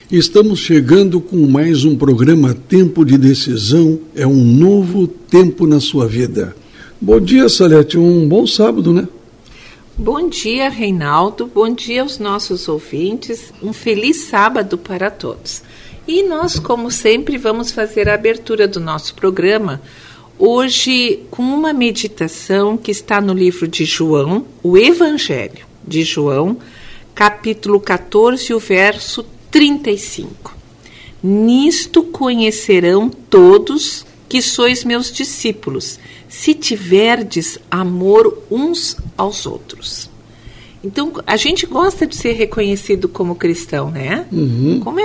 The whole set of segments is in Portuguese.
Estamos chegando com mais um programa Tempo de Decisão, é um novo tempo na sua vida. Bom dia, Salete, um bom sábado, né? Bom dia, Reinaldo, bom dia aos nossos ouvintes, um feliz sábado para todos. E nós, como sempre, vamos fazer a abertura do nosso programa, hoje com uma meditação que está no livro de João, o Evangelho de João, capítulo 14, o verso 35. Nisto conhecerão todos que sois meus discípulos, se tiverdes amor uns aos outros. Então, a gente gosta de ser reconhecido como cristão, né? Como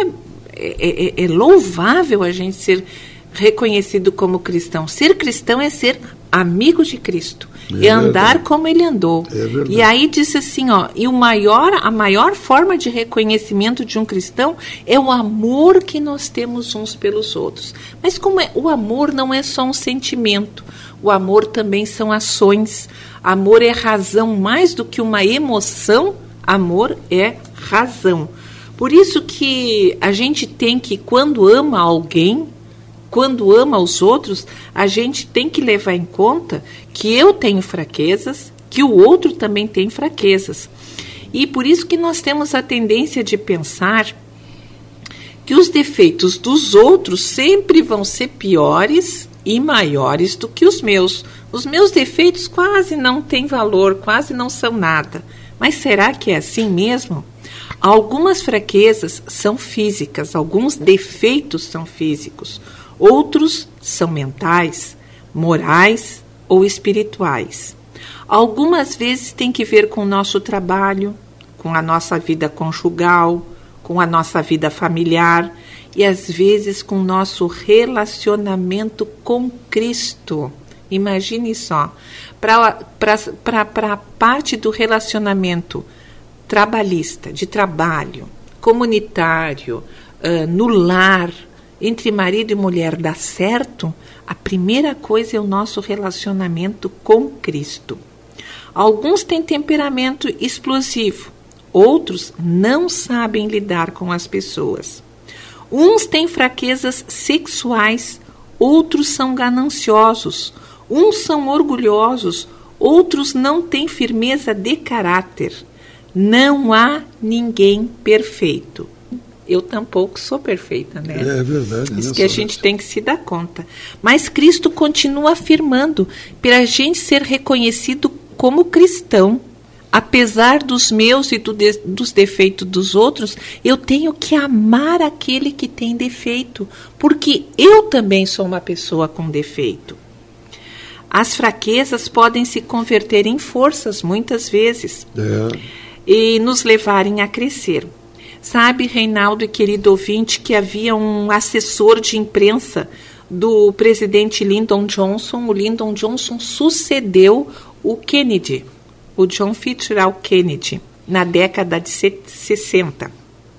é louvável a gente ser reconhecido como cristão. Ser cristão é ser amigo de Cristo, é andar como ele andou. E aí diz assim, e a maior forma de reconhecimento de um cristão é o amor que nós temos uns pelos outros. Mas o amor não é só um sentimento, o amor também são ações. Amor é razão, mais do que uma emoção, amor é razão. Por isso que a gente tem que, quando ama alguém, quando ama os outros, a gente tem que levar em conta que eu tenho fraquezas, que o outro também tem fraquezas. E por isso que nós temos a tendência de pensar que os defeitos dos outros sempre vão ser piores e maiores do que os meus. Os meus defeitos quase não têm valor, quase não são nada. Mas será que é assim mesmo? Algumas fraquezas são físicas, alguns defeitos são físicos. Outros são mentais, morais ou espirituais. Algumas vezes tem que ver com o nosso trabalho, com a nossa vida conjugal, com a nossa vida familiar e às vezes com o nosso relacionamento com Cristo. Imagine só, para a parte do relacionamento trabalhista, de trabalho, comunitário, no lar, entre marido e mulher dar certo, a primeira coisa é o nosso relacionamento com Cristo. Alguns têm temperamento explosivo, outros não sabem lidar com as pessoas. Uns têm fraquezas sexuais, outros são gananciosos, uns são orgulhosos, outros não têm firmeza de caráter. Não há ninguém perfeito. Eu tampouco sou perfeita, né? É verdade. Isso que a gente tem que se dar conta. Mas Cristo continua afirmando para a gente ser reconhecido como cristão. Apesar dos meus e dos defeitos dos outros, eu tenho que amar aquele que tem defeito, porque eu também sou uma pessoa com defeito. As fraquezas podem se converter em forças, muitas vezes, e nos levarem a crescer. Sabe, Reinaldo e querido ouvinte, que havia um assessor de imprensa do presidente Lyndon Johnson. O Lyndon Johnson sucedeu o Kennedy, o John Fitzgerald Kennedy, na década de 60.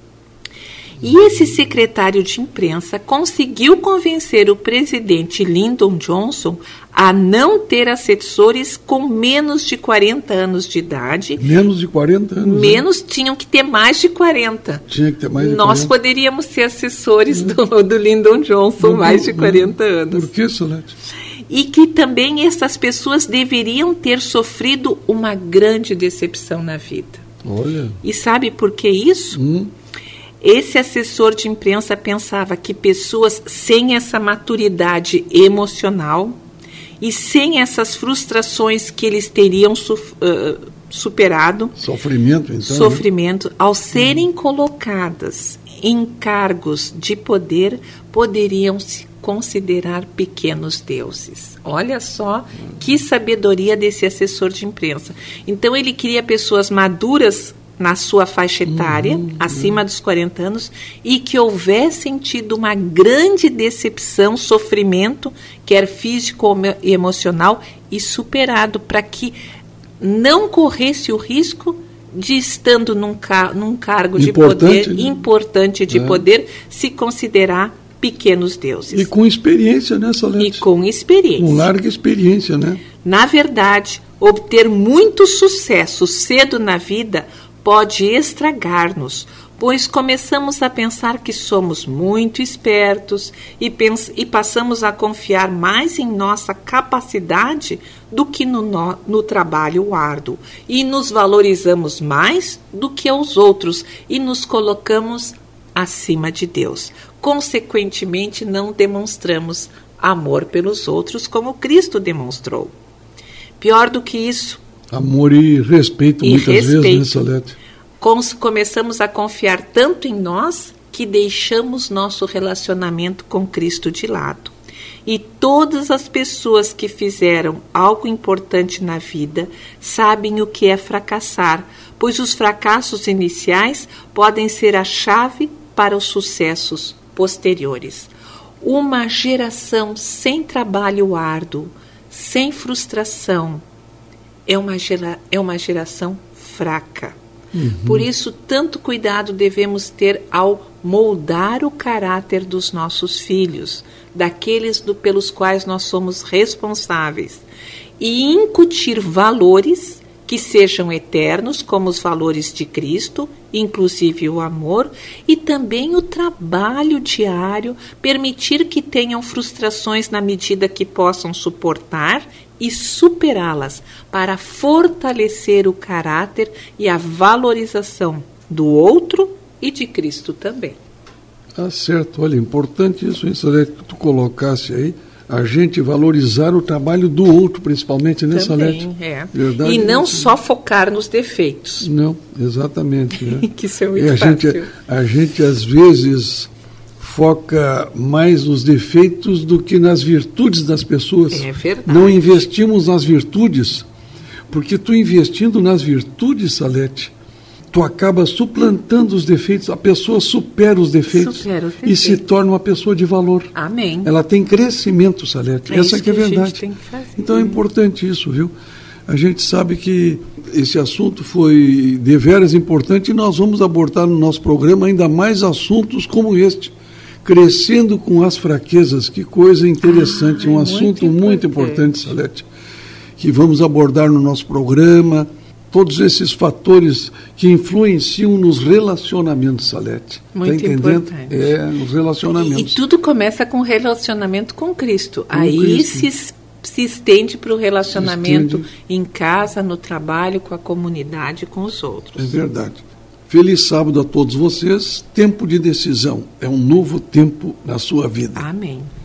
E esse secretário de imprensa conseguiu convencer o presidente Lyndon Johnson a não ter assessores com menos de 40 anos de idade. Menos de 40 anos? Menos, tinham que ter mais de 40. Tinha que ter mais de 40. Nós poderíamos ser assessores do Lyndon Johnson, mais de 40 anos. Por que, Salete? E que também essas pessoas deveriam ter sofrido uma grande decepção na vida. Olha. E sabe por que isso? Esse assessor de imprensa pensava que pessoas sem essa maturidade emocional e sem essas frustrações que eles teriam superado, sofrimento, ao serem colocadas em cargos de poder, poderiam se considerar pequenos deuses. Olha só que sabedoria desse assessor de imprensa. Então ele queria pessoas maduras na sua faixa etária, acima dos 40 anos, e que houvessem tido uma grande decepção, sofrimento, quer físico ou emocional, e superado, para que não corresse o risco de, estando num cargo de poder, né? Importante de poder, se considerar pequenos deuses. E com experiência, né, Salete? E com experiência. Com larga experiência, né? Na verdade, obter muito sucesso cedo na vida pode estragar-nos, pois começamos a pensar que somos muito espertos e passamos a confiar mais em nossa capacidade do que no trabalho árduo, e nos valorizamos mais do que os outros e nos colocamos acima de Deus. Consequentemente, não demonstramos amor pelos outros como Cristo demonstrou. Pior do que isso, amor e respeito muitas vezes, né, Salete? Começamos a confiar tanto em nós que deixamos nosso relacionamento com Cristo de lado. E todas as pessoas que fizeram algo importante na vida sabem o que é fracassar, pois os fracassos iniciais podem ser a chave para os sucessos posteriores. Uma geração sem trabalho árduo, sem frustração, é uma geração fraca. Por isso, tanto cuidado devemos ter ao moldar o caráter dos nossos filhos, daqueles pelos quais nós somos responsáveis, e incutir valores que sejam eternos, como os valores de Cristo, inclusive o amor, e também o trabalho diário, permitir que tenham frustrações na medida que possam suportar e superá-las, para fortalecer o caráter e a valorização do outro e de Cristo também. Tá certo, olha, importante isso, hein, Salete, que tu colocasse aí, a gente valorizar o trabalho do outro, principalmente, né, Salete? É. Verdade, e não só focar nos defeitos. Não, exatamente. Né? Que isso é muito fácil. A gente, às vezes, foca mais nos defeitos do que nas virtudes das pessoas. É verdade. Não investimos nas virtudes, porque tu investindo nas virtudes, Salete, tu acaba suplantando os defeitos, a pessoa supera os defeitos e se torna uma pessoa de valor. Amém. Ela tem crescimento, Salete. Essa que é a verdade. A gente tem que fazer. Então é importante isso, viu? A gente sabe que esse assunto foi deveras importante e nós vamos abordar no nosso programa ainda mais assuntos como este, crescendo com as fraquezas. Que coisa interessante, um assunto muito importante, Salete, que vamos abordar no nosso programa. Todos esses fatores que influenciam nos relacionamentos, Salete. Muito tá entendendo? Importante. Nos relacionamentos. E tudo começa com o relacionamento com Cristo. Aí se estende para o relacionamento em casa, no trabalho, com a comunidade, com os outros. É verdade. Feliz sábado a todos vocês. Tempo de decisão. É um novo tempo na sua vida. Amém.